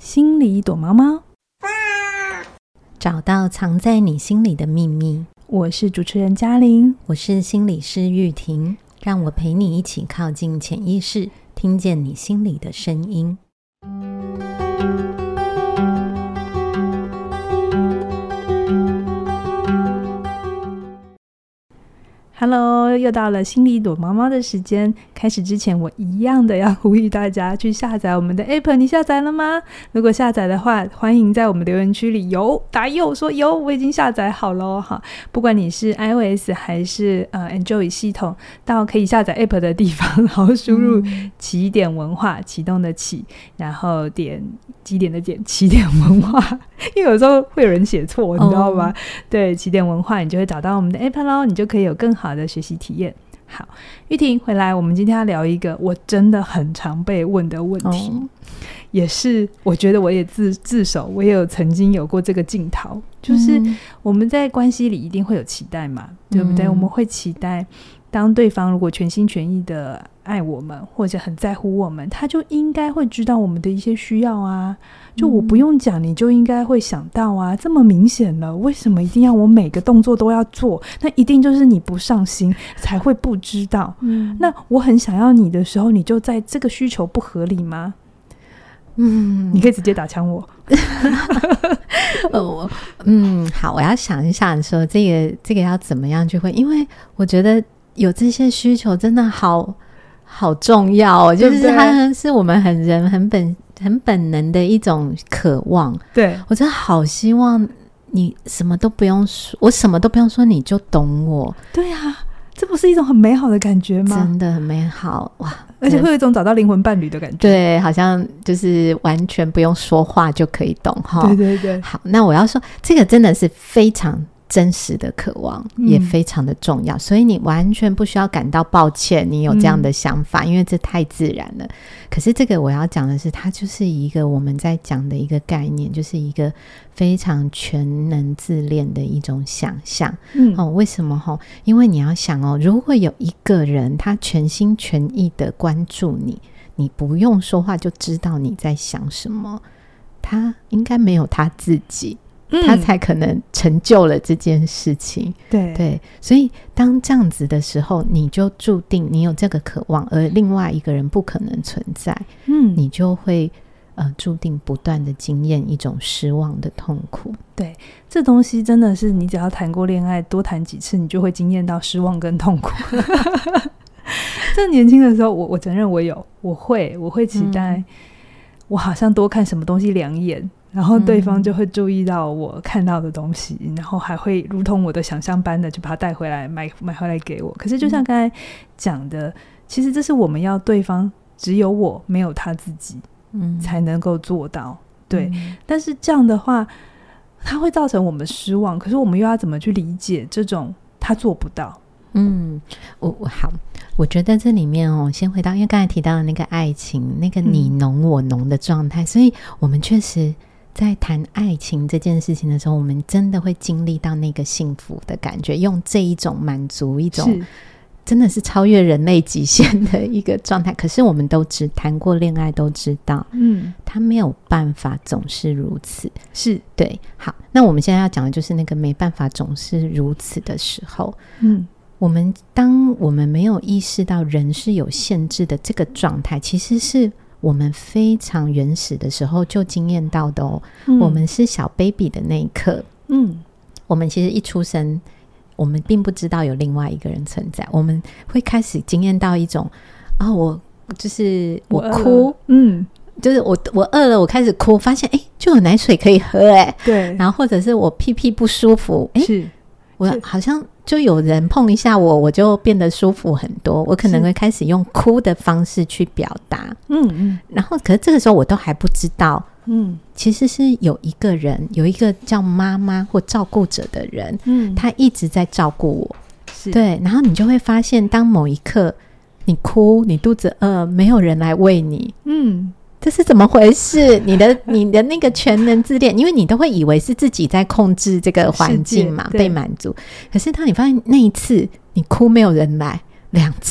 心里躲猫猫， 找到藏在你心里的秘密。 我是主持人嘉玲， 我是心理师玉婷，让我陪你一起靠近潜意识，听见你心里的声音。 Hello， 又到了心里躲猫猫的时间。开始之前，我一样的要呼吁大家去下载我们的 App， 你下载了吗？如果下载的话，欢迎在我们留言区里打有说有，我已经下载好了哈。不管你是 iOS 还是Android 系统，到可以下载 App 的地方，然后输入起点文化，启动的启，然后点几点的点，起点文化。因为有时候会有人写错，你知道吗？对，起点文化，你就会找到我们的 App 咯，你就可以有更好的学习体验。好，玉婷回来，我们今天要聊一个我真的很常被问的问题，也是我觉得我也自首，我也有曾经有过这个镜头，就是我们在关系里一定会有期待嘛，对不对？我们会期待当对方如果全心全意的爱我们，或者很在乎我们，他就应该会知道我们的一些需要啊，就我不用讲你就应该会想到啊，这么明显了，为什么一定要我每个动作都要做？那一定就是你不上心才会不知道。那我很想要你的时候，你就在这个需求不合理吗？你可以直接打枪我。 好，我要想一想说这个要怎么样去回，因为我觉得有这些需求真的好重要哦，就是它是我们很本能的一种渴望。对，我真的好希望你什么都不用说，我什么都不用说你就懂我。 对啊，这不是一种很美好的感觉吗？ 真的很美好哇， 而且会有一种找到灵魂伴侣的感觉。 对，好像就是完全不用说话就可以懂哈。 对对对。 好，那我要说这个真的是非常真实的渴望，也非常的重要，所以你完全不需要感到抱歉你有这样的想法，因为这太自然了。可是这个我要讲的是，它就是一个我们在讲的一个概念，就是一个非常全能自恋的一种想象。为什么？因为你要想哦，如果有一个人他全心全意的关注你，你不用说话就知道你在想什么，他应该没有他自己，他才可能成就了这件事情。对，所以当这样子的时候，你就注定你有这个渴望，而另外一个人不可能存在。你就会注定不断的经验一种失望的痛苦。 对，这东西真的是你只要谈过恋爱多谈几次，你就会经验到失望跟痛苦。在年轻的时候，我承认我会期待我好像多看什么东西2眼，然后对方就会注意到我看到的东西，然后还会如同我的想象般的就把它带回来买回来给我。可是就像刚才讲的，其实这是我们要对方只有我没有他自己才能够做到。对，但是这样的话它会造成我们失望，可是我们又要怎么去理解这种他做不到？ 好，我觉得这里面先回到因为刚才提到的那个爱情，那个你浓我浓的状态，所以我们确实在谈爱情这件事情的时候，我们真的会经历到那个幸福的感觉，用这一种满足，一种真的是超越人类极限的一个状态。可是我们都谈过恋爱都知道，他没有办法总是如此。是，对。好，那我们现在要讲的就是那个没办法总是如此的时候。当我们没有意识到人是有限制的这个状态，其实是我们非常原始的时候就经验到的哦。我们是小 baby 的那一刻，我们其实一出生，我们并不知道有另外一个人存在，我们会开始经验到一种我哭，就是我饿了，我开始哭，发现就有奶水可以喝，对，然后或者是我屁屁不舒服，我好像就有人碰一下我就变得舒服很多，我可能会开始用哭的方式去表达。然后可是这个时候我都还不知道，其实是有一个人，有一个叫妈妈或照顾者的人，他一直在照顾我。对，然后你就会发现当某一刻你哭，你肚子饿，没有人来喂你，这是怎么回事？你的那个全能自恋，因为你都会以为是自己在控制这个环境嘛，被满足。可是当你发现那一次你哭没有人来，2次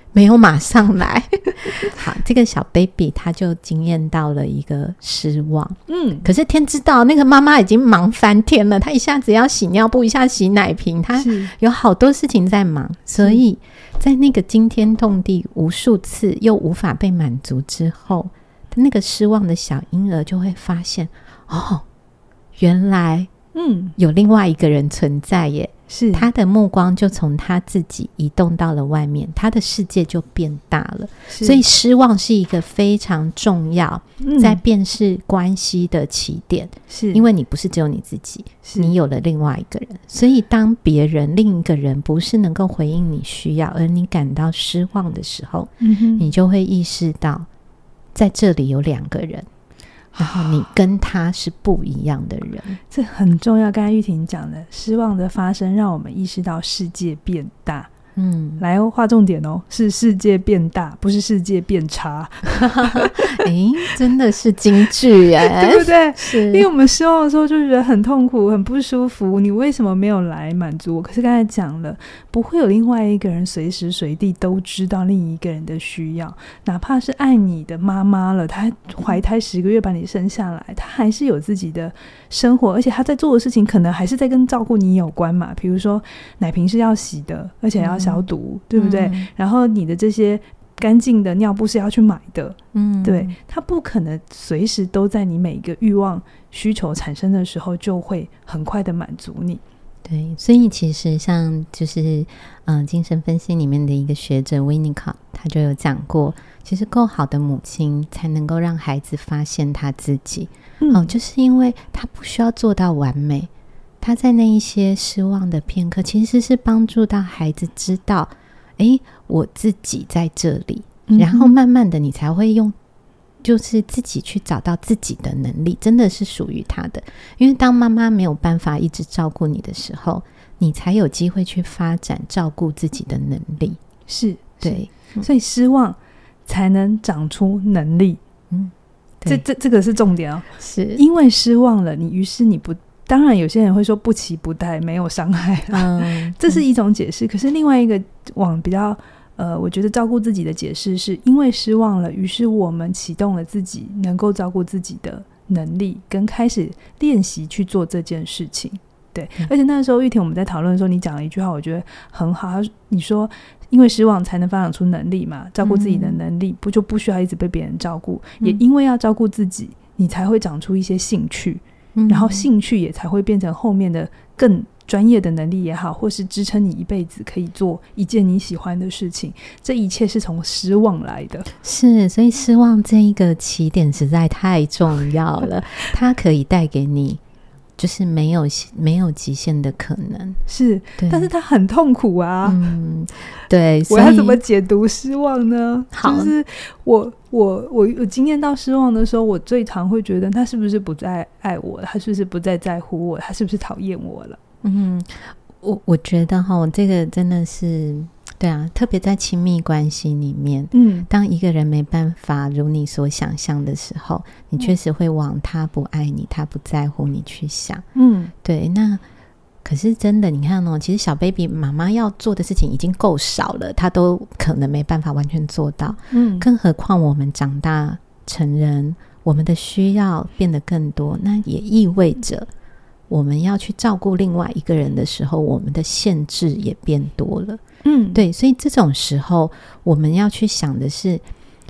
没有马上来。好，这个小 baby 他就经验到了一个失望。可是天知道那个妈妈已经忙翻天了，她一下子要洗尿布，一下洗奶瓶，她有好多事情在忙，所以在那个惊天动地无数次又无法被满足之后，那个失望的小婴儿就会发现，哦，原来有另外一个人存在耶。是他的目光就从他自己移动到了外面，他的世界就变大了。所以失望是一个非常重要在辨识关系的起点，是因为你不是只有你自己，你有了另外一个人。所以当别人另一个人不是能够回应你需要，而你感到失望的时候，你就会意识到在这里有两个人，然后你跟他是不一样的人。 这很重要。刚才玉婷讲的失望的发生让我们意识到世界变大。来划重点哦，是世界变大，不是世界变差。 真的是金句耶， 对不对？是因为我们失望的时候就觉得很痛苦很不舒服，你为什么没有来满足我？可是刚才讲了，不会有另外一个人随时随地都知道另一个人的需要，哪怕是爱你的妈妈了，她怀胎10个月把你生下来，她还是有自己的生活，而且她在做的事情可能还是在跟照顾你有关嘛。比如说奶瓶是要洗的，而且要消毒，对不对？然后你的这些干净的尿布是要去买的，对，它不可能随时都在你每一个欲望需求产生的时候就会很快的满足你。 对，所以其实像就是精神分析里面的一个学者 Winnicott 他就有讲过，其实够好的母亲才能够让孩子发现他自己，就是因为他不需要做到完美，他在那一些失望的片刻其实是帮助到孩子知道我自己在这里，然后慢慢的你才会用就是自己去找到自己的能力，真的是属于他的。因为当妈妈没有办法一直照顾你的时候，你才有机会去发展照顾自己的能力。 是， 对， 所以失望才能长出能力。这个是重点哦。是因为失望了，于是你不，当然有些人会说不期不待，没有伤害这是一种解释。可是另外一个往比较我觉得照顾自己的解释是因为失望了，于是我们启动了自己能够照顾自己的能力，跟开始练习去做这件事情。对，而且那时候玉婷我们在讨论的时候，你讲了一句话我觉得很好，你说因为失望才能发展出能力嘛，照顾自己的能力就不需要一直被别人照顾，也因为要照顾自己你才会长出一些兴趣，然后兴趣也才会变成后面的更专业的能力也好，或是支撑你一辈子可以做一件你喜欢的事情。这一切是从失望来的。 是，所以失望这一个起点实在太重要了它可以带给你就是没有极限的可能， 是，但是它很痛苦啊。 对， 我要怎么解读失望呢？就是我经验到失望的时候，我最常会觉得他是不是不再爱我了，他是不是不再在乎我，他是不是讨厌我了。 我觉得这个真的是对啊，特别在亲密关系里面，当一个人没办法如你所想象的时候，你确实会往他不爱你，他不在乎你去想。对，那可是真的你看其实小 baby 妈妈要做的事情已经够少了，她都可能没办法完全做到，更何况我们长大成人，我们的需要变得更多，那也意味着我们要去照顾另外一个人的时候，我们的限制也变多了。对，所以这种时候我们要去想的是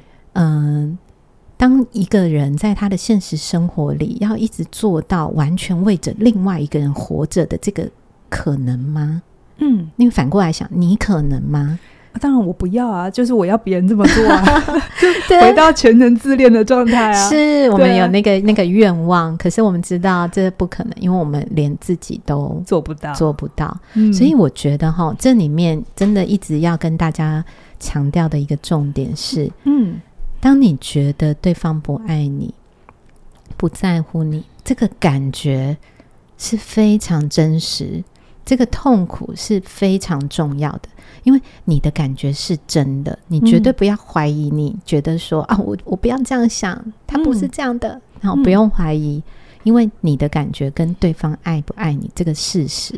当一个人在他的现实生活里要一直做到完全为着另外一个人活着的这个可能吗？因为反过来想，你可能吗？ 当然我不要啊，就是我要别人这么做啊就回到全能自恋的状态啊。 是，我们有那个愿望，可是我们知道这不可能，因为我们连自己都做不到。所以我觉得这里面真的一直要跟大家强调的一个重点是当你觉得对方不爱你，不在乎你，这个感觉是非常真实，这个痛苦是非常重要的，因为你的感觉是真的，你绝对不要怀疑，你觉得说我不要这样想，他不是这样的，然后不用怀疑，因为你的感觉跟对方爱不爱你这个事实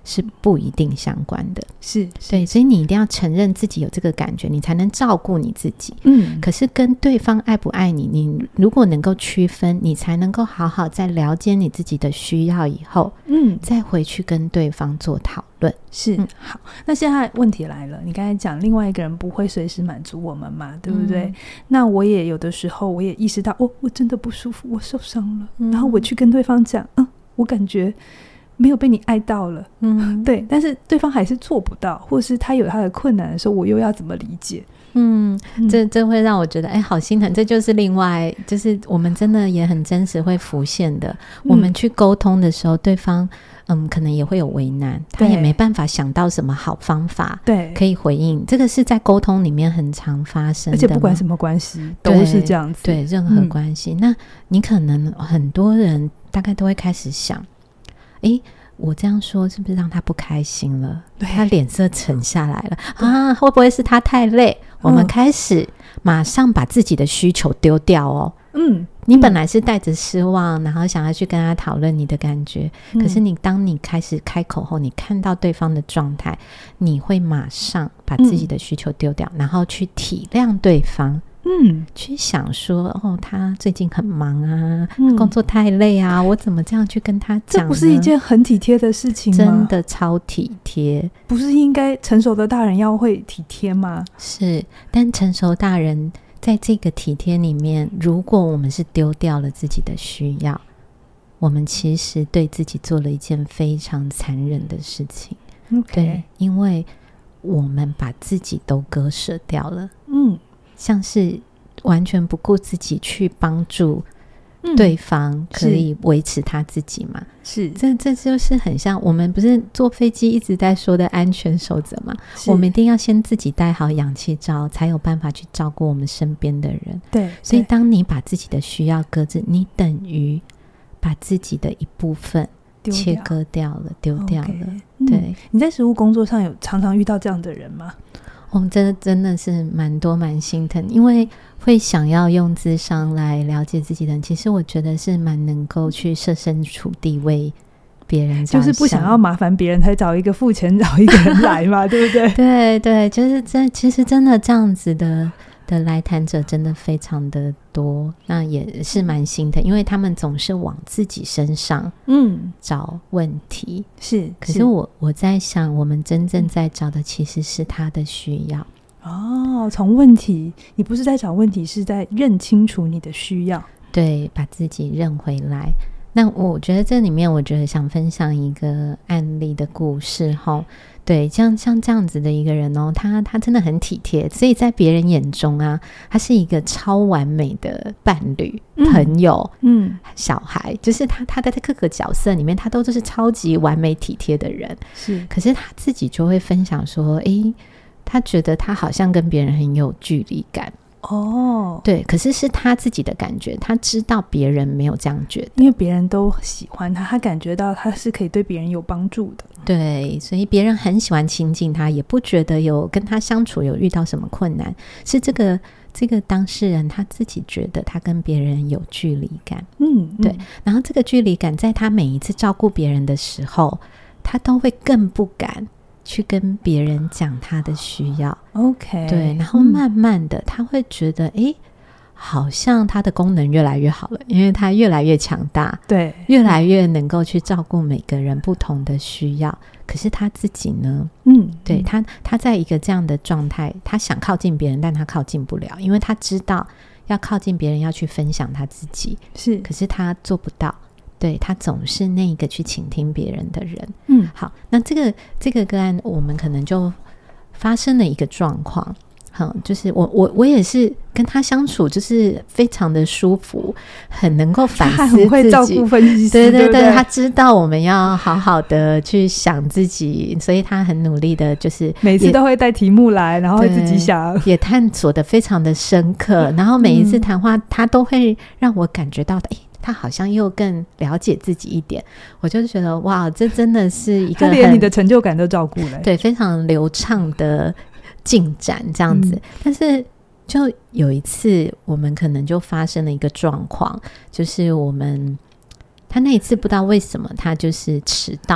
是不一定相关的。 是对，所以你一定要承认自己有这个感觉，你才能照顾你自己。可是跟对方爱不爱你，你如果能够区分，你才能够好好在了解你自己的需要以后，再回去跟对方做讨论。 是，好，那现在问题来了，你刚才讲另外一个人不会随时满足我们嘛，对不对？那我也有的时候我也意识到，我真的不舒服，我受伤了，然后我去跟对方讲，我感觉没有被你爱到了，对，但是对方还是做不到，或是他有他的困难的时候，我又要怎么理解？ 这会让我觉得好心疼。这就是另外，就是我们真的也很真实会浮现的，我们去沟通的时候，对方可能也会有为难，他也没办法想到什么好方法对可以回应。这个是在沟通里面很常发生的， 而且不管什么关系都是这样子， 对任何关系。那你可能很多人大概都会开始想，我这样说是不是让他不开心了？他脸色沉下来了啊？会不会是他太累？我们开始马上把自己的需求丢掉哦。你本来是带着失望，然后想要去跟他讨论你的感觉，可是当你开始开口后，你看到对方的状态，你会马上把自己的需求丢掉，然后去体谅对方。去想说他最近很忙啊，工作太累啊，我怎么这样去跟他讲呢？ 这不是一件很体贴的事情吗？ 真的超体贴。 不是应该成熟的大人要会体贴吗？ 是，但成熟大人在这个体贴里面，如果我们是丢掉了自己的需要，我们其实对自己做了一件非常残忍的事情。对，因为我们把自己都割舍掉了。像是完全不顾自己去帮助对方可以维持他自己嘛。是，这就是很像我们不是坐飞机一直在说的安全守则嘛，我们一定要先自己带好氧气罩，才有办法去照顾我们身边的人。对，所以当你把自己的需要搁置，你等于把自己的一部分切割掉了，丢掉了。对， 你在实务工作上有常常遇到这样的人吗？ 真的是蛮多蛮心疼，因为会想要用諮商来了解自己的人，其实我觉得是蛮能够去设身处地为别人着想， 就是不想要麻烦别人才找一个付钱找一个人来嘛对不对？ 对对，就是其实真的这样子的来谈者真的非常的多，那也是蛮心疼，因为他们总是往自己身上找问题。可是我在想，我们真正在找的其实是他的需要。 从问题，你不是在找问题，是在认清楚你的需要。对， 把自己认回来。那我觉得这里面，我觉得想分享一个案例的故事齁。对，像这样子的一个人他真的很体贴，所以在别人眼中啊，他是一个超完美的伴侣、朋友、小孩，就是他在各个角色里面，他都是超级完美体贴的人。可是他自己就会分享说，他觉得他好像跟别人很有距离感。对，可是是他自己的感觉，他知道别人没有这样觉得， 因为别人都喜欢他感觉到他是可以对别人有帮助的。 对，所以别人很喜欢亲近他，也不觉得有跟他相处有遇到什么困难，是这个当事人他自己觉得他跟别人有距离感。对，然后这个距离感在他每一次照顾别人的时候，他都会更不敢去跟别人讲他的需要。对，然后慢慢的他会觉得好像他的功能越来越好了，因为他越来越强大，对，越来越能够去照顾每个人不同的需要。可是他自己呢，对，他在一个这样的状态，他想靠近别人，但他靠近不了，因为他知道要靠近别人要去分享他自己，可是他做不到。对，他总是那个去倾听别人的人。好，那这个个案我们可能就发生了一个状况，就是我也是跟他相处就是非常的舒服，很能够反思自己，他很会照顾分析师。 对对 对，他知道我们要好好的去想自己，所以他很努力的，就是每次都会带题目来，然后会自己想， 也探索的非常的深刻，然后每一次谈话他都会让我感觉到他好像又更了解自己一点，我就觉得哇，这真的是一个他连你的成就感都照顾了， 对，非常流畅的进展这样子。但是就有一次我们可能就发生了一个状况，就是他那一次不知道为什么他就是迟到，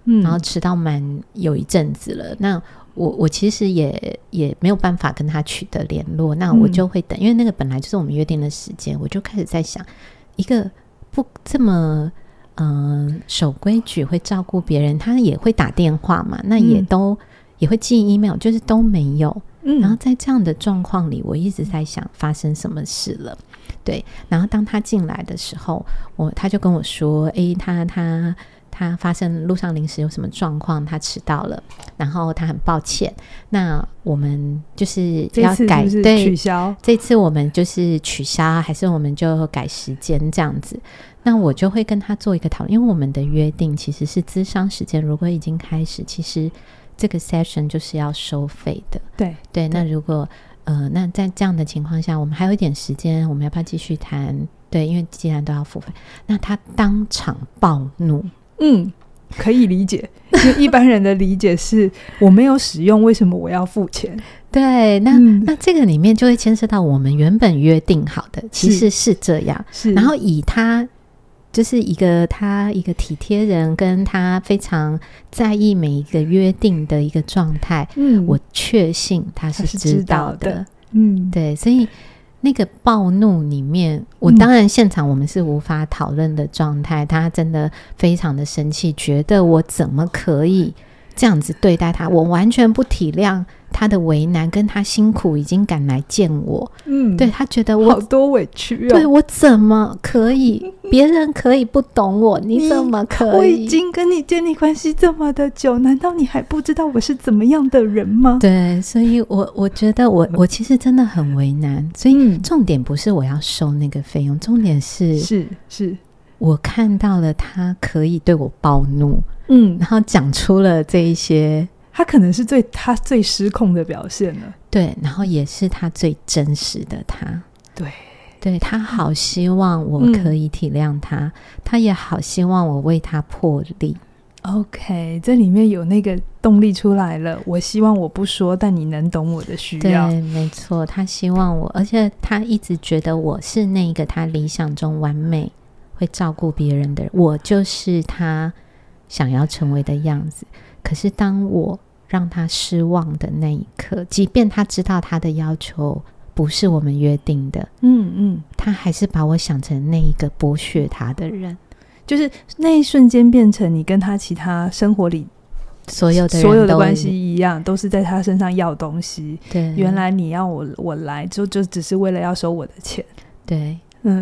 然后迟到有一阵子了，那我其实也没有办法跟他取得联络，那我就会等，因为那个本来就是我们约定的时间，我就开始在想，一个不这么守规矩会照顾别人，他也会打电话嘛，那也会寄 email， 就是都没有。然后在这样的状况里，我一直在想发生什么事了。对，然后当他进来的时候，他就跟我说，他发生路上临时有什么状况，他迟到了，然后他很抱歉。那我们就是要改，对， 取消。 这次我们就是取消，还是我们就改时间这样子？那我就会跟他做一个讨论，因为我们的约定其实是咨商时间，如果已经开始，其实这个 session 就是要收费的。对，那如果那在这样的情况下，我们还有一点时间，我们要不要继续谈？对，因为既然都要付费，那他当场暴怒。 可以理解，因为一般人的理解是我没有使用，为什么我要付钱？ 对，那这个里面就会牵涉到我们原本约定好的，其实是这样。然后以他就是他一个体贴人，跟他非常在意每一个约定的一个状态，我确信他是知道的。对，所以那个暴怒里面，我当然现场我们是无法讨论的状态，他真的非常的生气，觉得我怎么可以这样子对待他，我完全不体谅他的为难，跟他辛苦已经赶来见我。对，他觉得我好多委屈对，我怎么可以别人可以不懂我，你怎么可以？ 我已经跟你建立关系这么的久，难道你还不知道我是怎么样的人吗？ 对，所以我觉得我其实真的很为难，所以重点不是我要收那个费用，重点是我看到了他可以对我暴怒，然后讲出了这一些， 他可能是他最失控的表现了。 对，然后也是他最真实的他。对，他好希望我可以体谅他，他也好希望我为他破例。 OK， 这里面有那个动力出来了，我希望我不说，但你能懂我的需要。 对，没错，他希望我，而且他一直觉得我是那个他理想中完美会照顾别人的人，我就是他想要成为的样子。可是当我让他失望的那一刻，即便他知道他的要求不是我们约定的，他还是把我想成那一个剥削他的人， 就是那一瞬间变成你跟他其他生活里所有的关系一样，都是在他身上要东西。 对， 原来你要我来就只是为了要收我的钱。 对，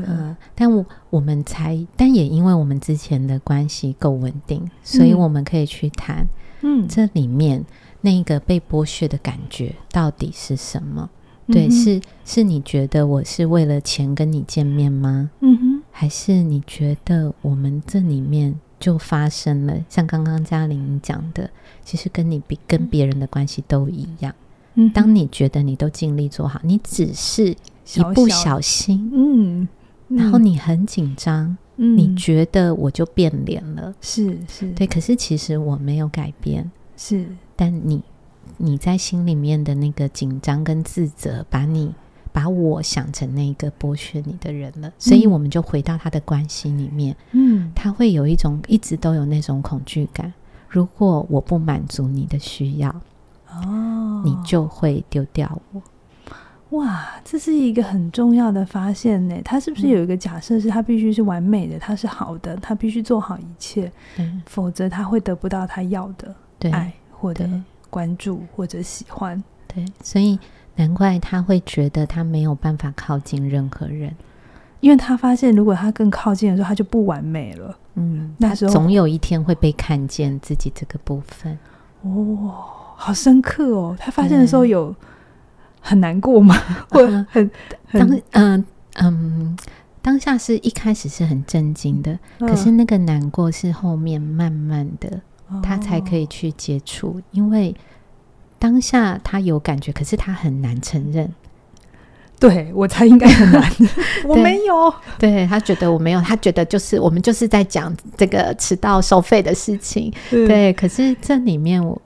但也因为我们之前的关系够稳定，所以我们可以去谈这里面那个被剥削的感觉到底是什么。对，是你觉得我是为了钱跟你见面吗？还是你觉得我们这里面就发生了像刚刚嘉玲讲的，其实跟别人的关系都一样。当你觉得你都尽力做好，你只是一不小心然后你很紧张，你觉得我就变脸了。是对，可是其实我没有改变。但你在心里面的那个紧张跟自责，把我想成那个剥削你的人了。所以我们就回到他的关系里面，他会有一直都有那种恐惧感，如果我不满足你的需要，你就会丢掉我。 哇，这是一个很重要的发现呢。他是不是有一个假设是他必须是完美的，他是好的，他必须做好一切，否则他会得不到他要的爱或者关注或者喜欢。 对，所以难怪他会觉得他没有办法靠近任何人， 因为他发现如果他更靠近的时候他就不完美了。那时候他总有一天会被看见自己这个部分。 好深刻哦。他发现的时候有很难过吗？ 当下是一开始是很震惊的，可是那个难过是后面慢慢的他才可以去接触，因为当下他有感觉，可是他很难承认。 对，我猜应该很难我没有。 对，他觉得我没有，他觉得我们就是在讲这个迟到收费的事情。对，可是这里面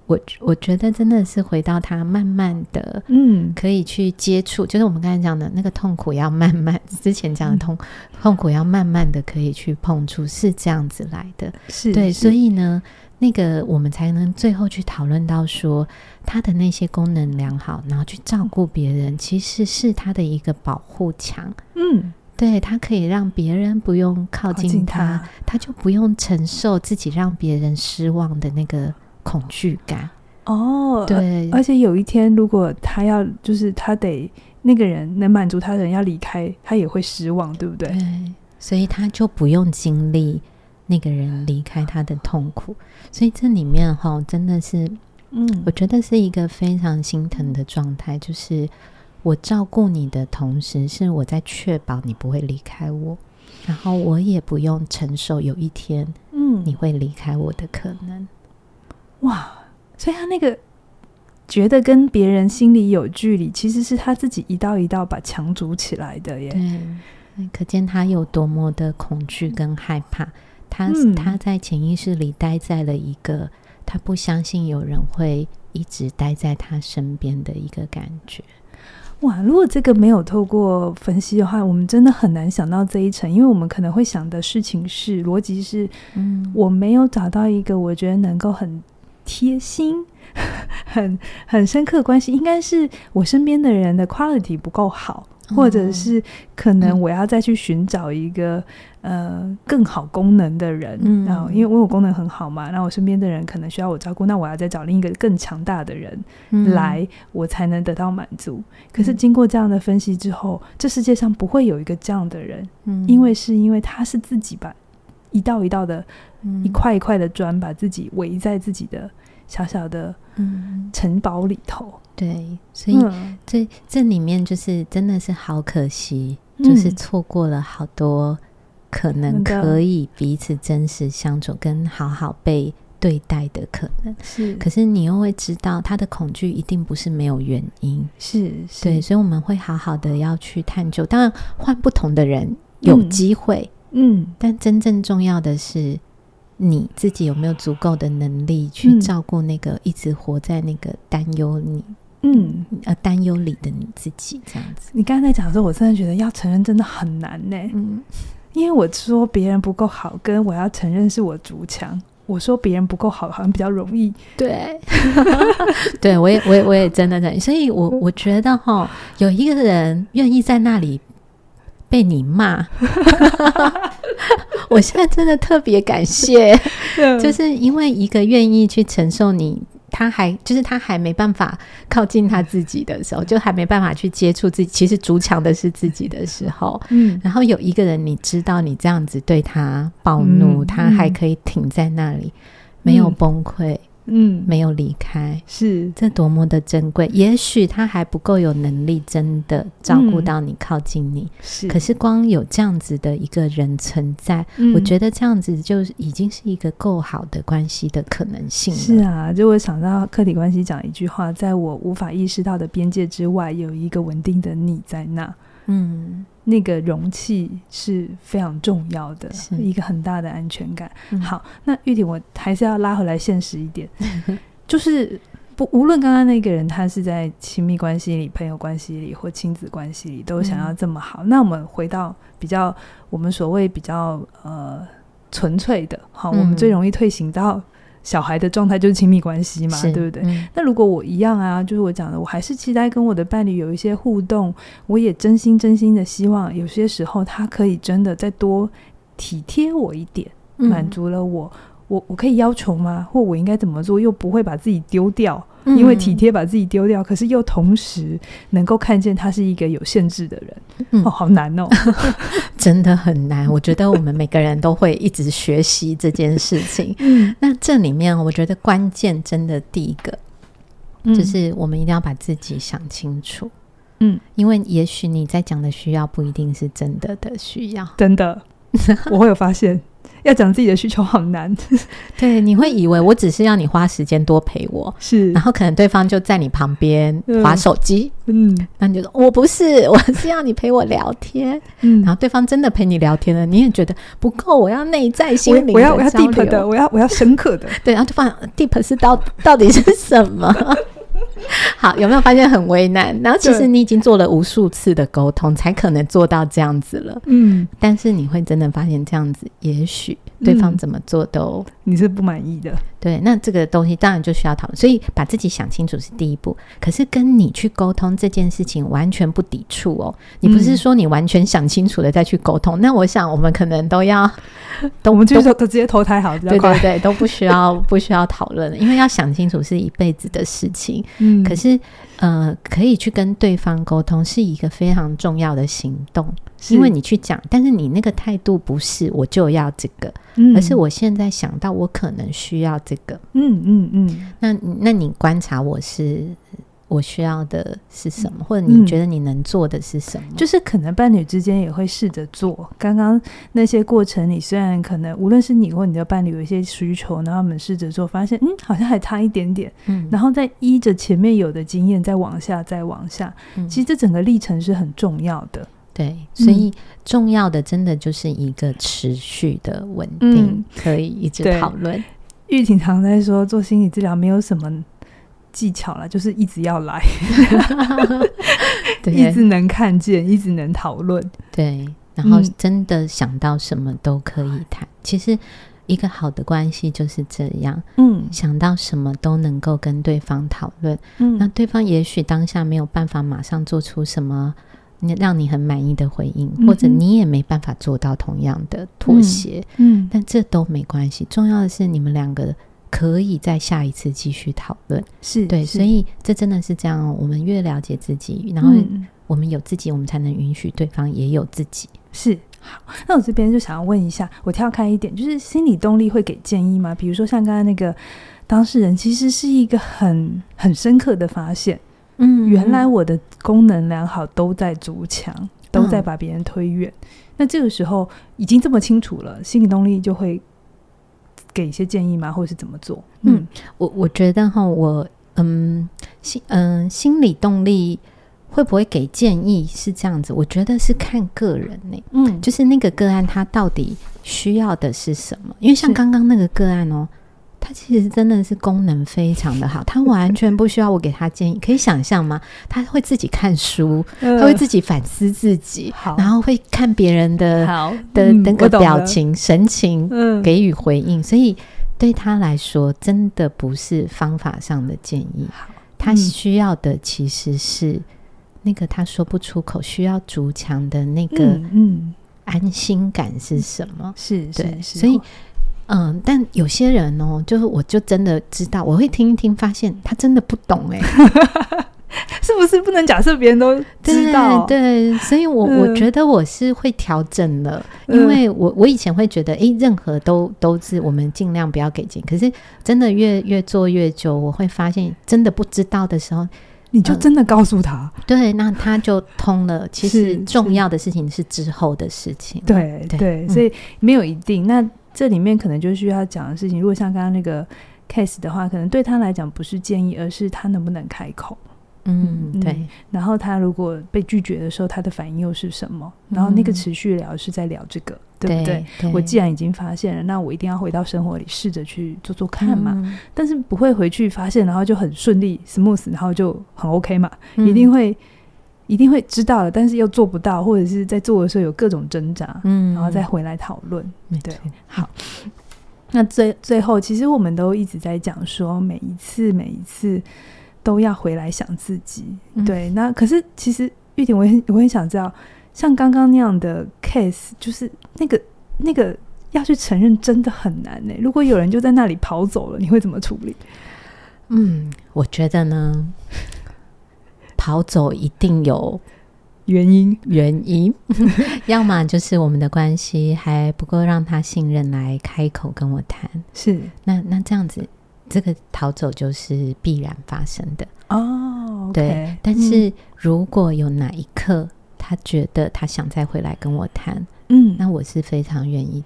我觉得真的是回到他慢慢的可以去接触，就是我们刚才讲的那个痛苦要慢慢，之前讲的痛苦要慢慢的可以去碰触，是这样子来的。 是对，所以呢那个我们才能最后去讨论到说他的那些功能良好，然后去照顾别人，其实是他的一个保护墙。对，他可以让别人不用靠近他，他就不用承受自己让别人失望的那个恐惧感。对， 而且有一天如果他要就是他得那个人能满足他的人要离开，他也会失望，对不对？ 对，所以他就不用经历那个人离开他的痛苦。所以这里面真的是我觉得是一个非常心疼的状态，就是我照顾你的同时，是我在确保你不会离开我，然后我也不用承受有一天你会离开我的可能。 哇，所以他那个觉得跟别人心里有距离，其实是他自己一道一道把墙筑起来的耶。 对，可见他有多么的恐惧跟害怕，他在潜意识里待在了一个他不相信有人会一直待在他身边的一个感觉。 哇，如果这个没有透过分析的话，我们真的很难想到这一层，因为我们可能会想的事情是逻辑是我没有找到一个我觉得能够很贴心很深刻的关系，应该是我身边的人的 quality 不够好，或者是可能我要再去寻找一个更好功能的人，然后因为我功能很好嘛，那我身边的人可能需要我照顾，那我要再找另一个更强大的人来我才能得到满足。可是经过这样的分析之后，这世界上不会有一个这样的人，因为他是自己把一道一道的一块一块的砖把自己围在自己的小小的城堡里头。 对，所以这里面就是真的是好可惜，就是错过了好多可能可以彼此真实相处跟好好被对待的可能。可是你又会知道他的恐惧一定不是没有原因。对，所以我们会好好的要去探究，当然换不同的人有机会，但真正重要的是你自己有没有足够的能力去照顾那个一直活在那个担忧里的你自己，这样子。 你刚才讲的时候，我真的觉得要承认真的很难呢。因为我说别人不够好，跟我要承认是我筑墙，我说别人不够好好像比较容易。 对对，我也真的所以我觉得有一个人愿意在那里被你骂我现在真的特别感谢就是因为一个愿意去承受你，他还没办法靠近他自己的时候，就还没办法去接触自己，其实筑墙的是自己的时候然后有一个人你知道你这样子对他暴怒他还可以挺在那里没有崩溃没有离开， 是这多么的珍贵。也许他还不够有能力真的照顾到你靠近你可是光有这样子的一个人存在我觉得这样子就已经是一个够好的关系的可能性了。 是啊，就我想到客体关系讲一句话，在我无法意识到的边界之外有一个稳定的你在那那个容器是非常重要的，一个很大的安全感好，那玉婷我还是要拉回来现实一点就是无论刚刚那个人他是在亲密关系里朋友关系里或亲子关系里都想要这么好那我们回到比较我们所谓比较纯粹的好我们最容易退行到小孩的状态就是亲密关系嘛，对不对那如果我一样啊，就是我讲的我还是期待跟我的伴侣有一些互动，我也真心的希望有些时候他可以真的再多体贴我一点满足了我可以要求吗？或我应该怎么做又不会把自己丢掉因为体贴把自己丢掉可是又同时能够看见他是一个有限制的人好难哦真的很难，我觉得我们每个人都会一直学习这件事情那这里面我觉得关键真的第一个就是我们一定要把自己想清楚因为也许你在讲的需要不一定是真的的需要， 真的我会有发现要讲自己的需求好难。 对，你会以为我只是要你花时间多陪我， 是， 然后可能对方就在你旁边滑手机，那你就说我不是，我是要你陪我聊天，然后对方真的陪你聊天了，你也觉得不够，我要内在心灵的交流， 我要 deep 的，我要深刻的。 对，然后对方 deep 是到底是什么？好，有没有发现很为难？然后其实你已经做了无数次的沟通才可能做到这样子了，但是你会真的发现这样子也许对方怎么做都你是不满意的。 对，那这个东西当然就需要讨论，所以把自己想清楚是第一步。可是跟你去沟通这件事情完全不抵触哦，你不是说你完全想清楚了再去沟通，那我想我们可能都要我们就直接投胎好， 对对对，都不需要讨论，因为要想清楚是一辈子的事情。可是可以去跟对方沟通是一个非常重要的行动，因为你去讲，但是你那个态度不是我就要这个，而是我现在想到我可能需要这个。那你观察我需要的是什么，或者你觉得你能做的是什么？ 就是可能伴侣之间也会试着做刚刚那些过程里，虽然可能无论是你或你的伴侣有一些需求，然后我们试着做，发现好像还差一点点，然后再依着前面有的经验再往下，其实这整个历程是很重要的。 对，所以重要的真的就是一个持续的稳定，可以一直讨论。 玉婷常在说做心理治疗没有什么技巧啦，就是一直要来一直能看见，一直能讨论。 对，然后真的想到什么都可以谈。其实一个好的关系就是这样，想到什么都能够跟对方讨论。那对方也许当下没有办法马上做出什么让你很满意的回应，或者你也没办法做到同样的妥协，但这都没关系，重要的是你们两个可以在下一次继续讨论。对，所以这真的是这样我们越了解自己，然后我们有自己，我们才能允许对方也有自己。 是。好，那我这边就想要问一下，我跳开一点，就是心理动力会给建议吗？比如说像刚刚那个当事人其实是一个很深刻的发现，原来我的功能良好都在筑墙，都在把别人推远，那这个时候已经这么清楚了，心理动力就会给一些建议吗？或者是怎么做？ 我觉得心理动力会不会给建议是这样子，我觉得是看个人呢，就是那个个案他到底需要的是什么。因为像刚刚那个个案他其实真的是功能非常的好，他完全不需要我给他建议。可以想象吗？他会自己看书，他会自己反思自己，然后会看别人的那个表情神情，给予回应。所以对他来说真的不是方法上的建议，他需要的其实是那个他说不出口需要筑墙的那个安心感是什么。对，所以但有些人就是我就真的知道，我会听一听发现他真的不懂是不是不能假设别人都知道？对， 所以我觉得我是会调整了，因为我以前会觉得任何都是我们尽量不要给建议，可是真的越做越久，我会发现真的不知道的时候你就真的告诉他， 对，那他就通了。其实重要的事情是之后的事情。 对，所以没有一定。那这里面可能就需要讲的事情，如果像刚刚那个 case 的话，可能对他来讲不是建议，而是他能不能开口。 对。 然后他如果被拒绝的时候，他的反应又是什么？然后那个持续聊是在聊这个，对不对？我既然已经发现了，那我一定要回到生活里试着去做做看嘛。但是不会回去发现，然后就很顺利 smooth， 然后就很 OK 嘛。一定会知道了，但是又做不到，或者是在做的时候有各种挣扎，然后再回来讨论。对，好。那最后，其实我们都一直在讲说，每一次都要回来想自己。对，那可是其实玉婷，我很想知道，像刚刚那样的 case， 就是那个要去承认真的很难呢。如果有人就在那里跑走了，你会怎么处理？ 我觉得呢，跑走一定有原因要么就是我们的关系还不够让他信任来开口跟我谈， 是那这样子这个逃走就是必然发生的哦。 对，但是如果有哪一刻他觉得他想再回来跟我谈，那我是非常愿意的。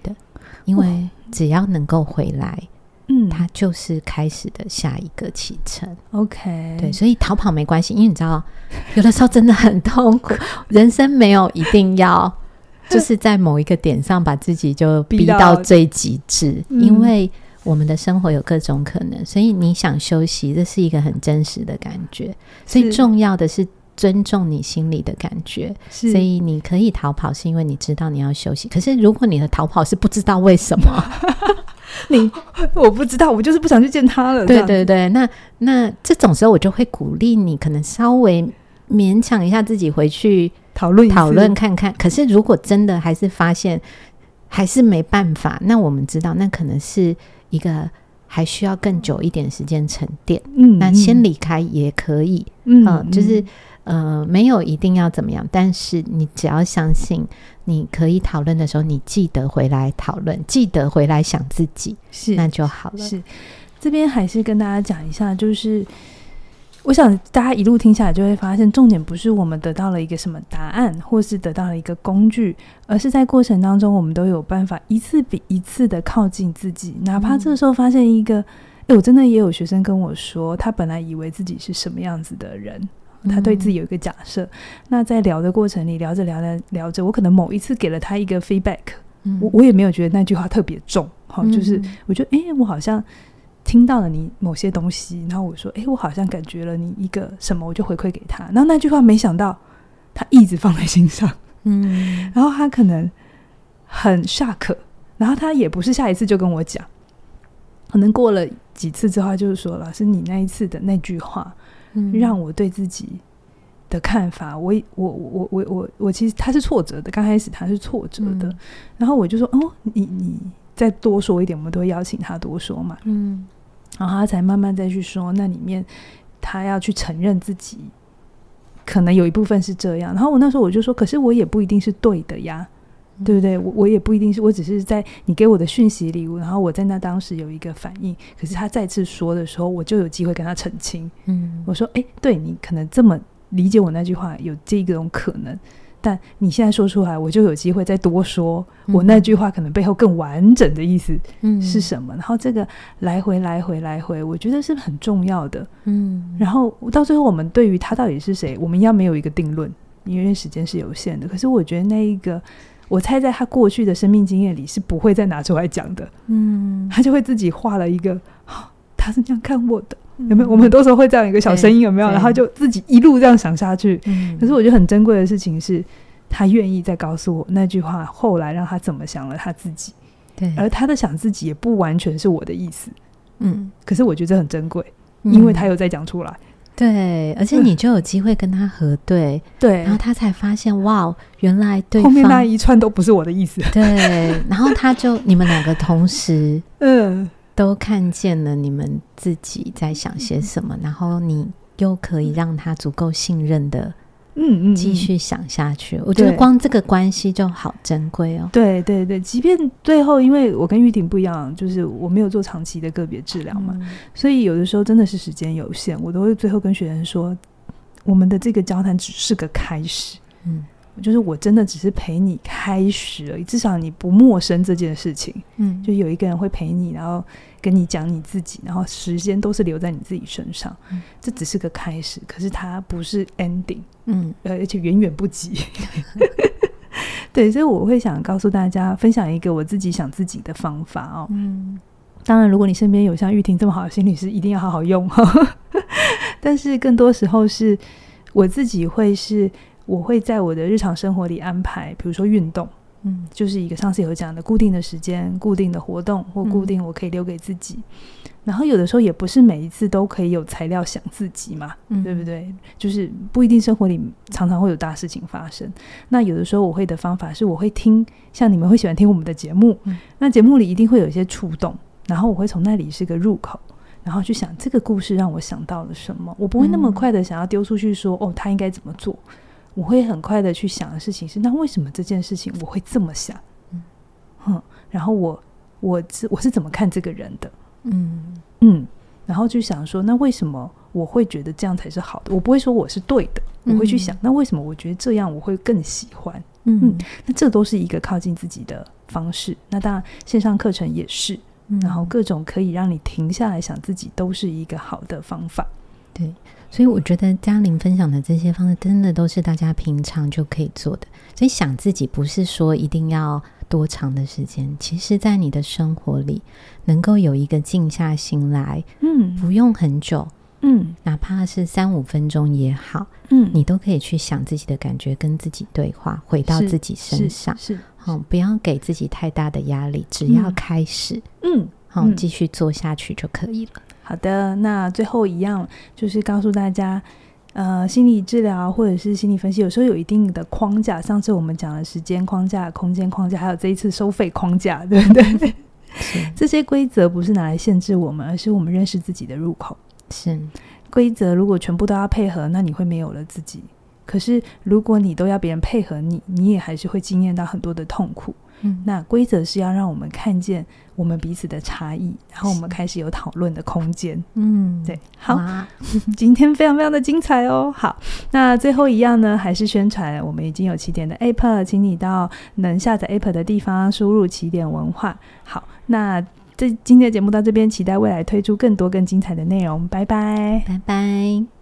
因为只要能够回来，它就是开始的下一个启程。 OK， 对，所以逃跑没关系，因为你知道有的时候真的很痛苦人生没有一定要就是在某一个点上把自己就逼到最极致，因为我们的生活有各种可能，所以你想休息这是一个很真实的感觉，所以重要的是尊重你心里的感觉。所以你可以逃跑是因为你知道你要休息，可是如果你的逃跑是不知道为什么我不知道，我就是不想去见他了。 对对对，那这种时候我就会鼓励你可能稍微勉强一下自己回去讨论看看。可是如果真的还是发现还是没办法，那我们知道那可能是一个还需要更久一点时间沉淀，那先离开也可以，就是没有一定要怎么样，但是你只要相信你可以讨论的时候你记得回来讨论，记得回来想自己，那就好了。 是，这边还是跟大家讲一下，就是我想大家一路听下来就会发现，重点不是我们得到了一个什么答案或是得到了一个工具，而是在过程当中我们都有办法一次比一次的靠近自己，哪怕这时候发现一个我真的也有学生跟我说，他本来以为自己是什么样子的人，他对自己有一个假设，那在聊的过程里聊着我可能某一次给了他一个 feedback，我也没有觉得那句话特别重，就是我觉得我好像听到了你某些东西，然后我说我好像感觉了你一个什么，我就回馈给他，然后那句话没想到他一直放在心上，然后他可能很 shock， 然后他也不是下一次就跟我讲，可能过了几次之后他就是说，老师你那一次的那句话让我对自己的看法，我其实他是挫折的，刚开始他是挫折的，然后我就说你再多说一点，我们都会邀请他多说嘛，然后他才慢慢再去说，那里面他要去承认自己可能有一部分是这样，然后我那时候我就说，可是我也不一定是对的呀，对不对？我也不一定是，我只是在你给我的讯息里，然后我在那当时有一个反应，可是他再次说的时候我就有机会跟他澄清，我说对，你可能这么理解我那句话有这种可能，但你现在说出来我就有机会再多说我那句话可能背后更完整的意思是什么，然后这个来回我觉得是很重要的，然后到最后我们对于他到底是谁，我们要没有一个定论，因为时间是有限的，可是我觉得那一个我猜在他过去的生命经验里是不会再拿出来讲的，他就会自己画了一个他是这样看我的，有没有？我们很多时候会这样一个小声音，有没有？然后就自己一路这样想下去，可是我觉得很珍贵的事情是他愿意再告诉我那句话后来让他怎么想了他自己，对，而他的想自己也不完全是我的意思，可是我觉得很珍贵，因为他有再讲出来， 对，而且你就有机会跟他核对，对，然后他才发现哇，原来对方后面那一串都不是我的意思， 对，然后他就你们两个同时都看见了你们自己在想些什么，然后你又可以让他足够信任的继续想下去，我觉得光这个关系就好珍贵哦。 对对对，即便最后因为我跟玉婷不一样，就是我没有做长期的个别治疗嘛，所以有的时候真的是时间有限，我都会最后跟学生说，我们的这个交谈只是个开始，就是我真的只是陪你开始而已，至少你不陌生这件事情，就有一个人会陪你，然后跟你讲你自己，然后时间都是留在你自己身上，这只是个开始，可是它不是 ending，而且远远不及对，所以我会想告诉大家，分享一个我自己想自己的方法哦。当然如果你身边有像玉婷这么好的心理师，一定要好好用但是更多时候是我自己我会在我的日常生活里安排，比如说运动，就是一个上次有讲的固定的时间、固定的活动，或固定我可以留给自己，然后有的时候也不是每一次都可以有材料想自己嘛，对不对？就是不一定生活里常常会有大事情发生，那有的时候我会的方法是我会听，像你们会喜欢听我们的节目，那节目里一定会有一些触动，然后我会从那里是个入口，然后去想这个故事让我想到了什么，我不会那么快的想要丢出去说他应该怎么做，我会很快的去想的事情是，那为什么这件事情我会这么想，然后我是怎么看这个人的，然后就想说，那为什么我会觉得这样才是好的，我不会说我是对的，我会去想那为什么我觉得这样我会更喜欢，那这都是一个靠近自己的方式。那当然线上课程也是，然后各种可以让你停下来想自己都是一个好的方法。 对，所以我觉得嘉玲分享的这些方式真的都是大家平常就可以做的。所以想自己不是说一定要多长的时间，其实在你的生活里能够有一个静下心来，不用很久，哪怕是3-5分钟也好，你都可以去想自己的感觉，跟自己对话，回到自己身上，不要给自己太大的压力，只要开始，继续做下去就可以了。 好的，那最后一样就是告诉大家，心理治疗或者是心理分析有时候有一定的框架，上次我们讲了时间框架、空间框架，还有这一次收费框架，对不对？这些规则不是拿来限制我们，而是我们认识自己的入口。 是， 规则如果全部都要配合，那你会没有了自己。可是如果你都要别人配合你，你也还是会经验到很多的痛苦。那规则是要让我们看见我们彼此的差异，然后我们开始有讨论的空间。对，好，今天非常非常的精彩哦。好，那最后一样呢，还是宣传我们已经有起点的 App， 请你到能下载 App 的地方输入起点文化。好，那今天的节目到这边，期待未来推出更多更精彩的内容。拜拜， 拜拜。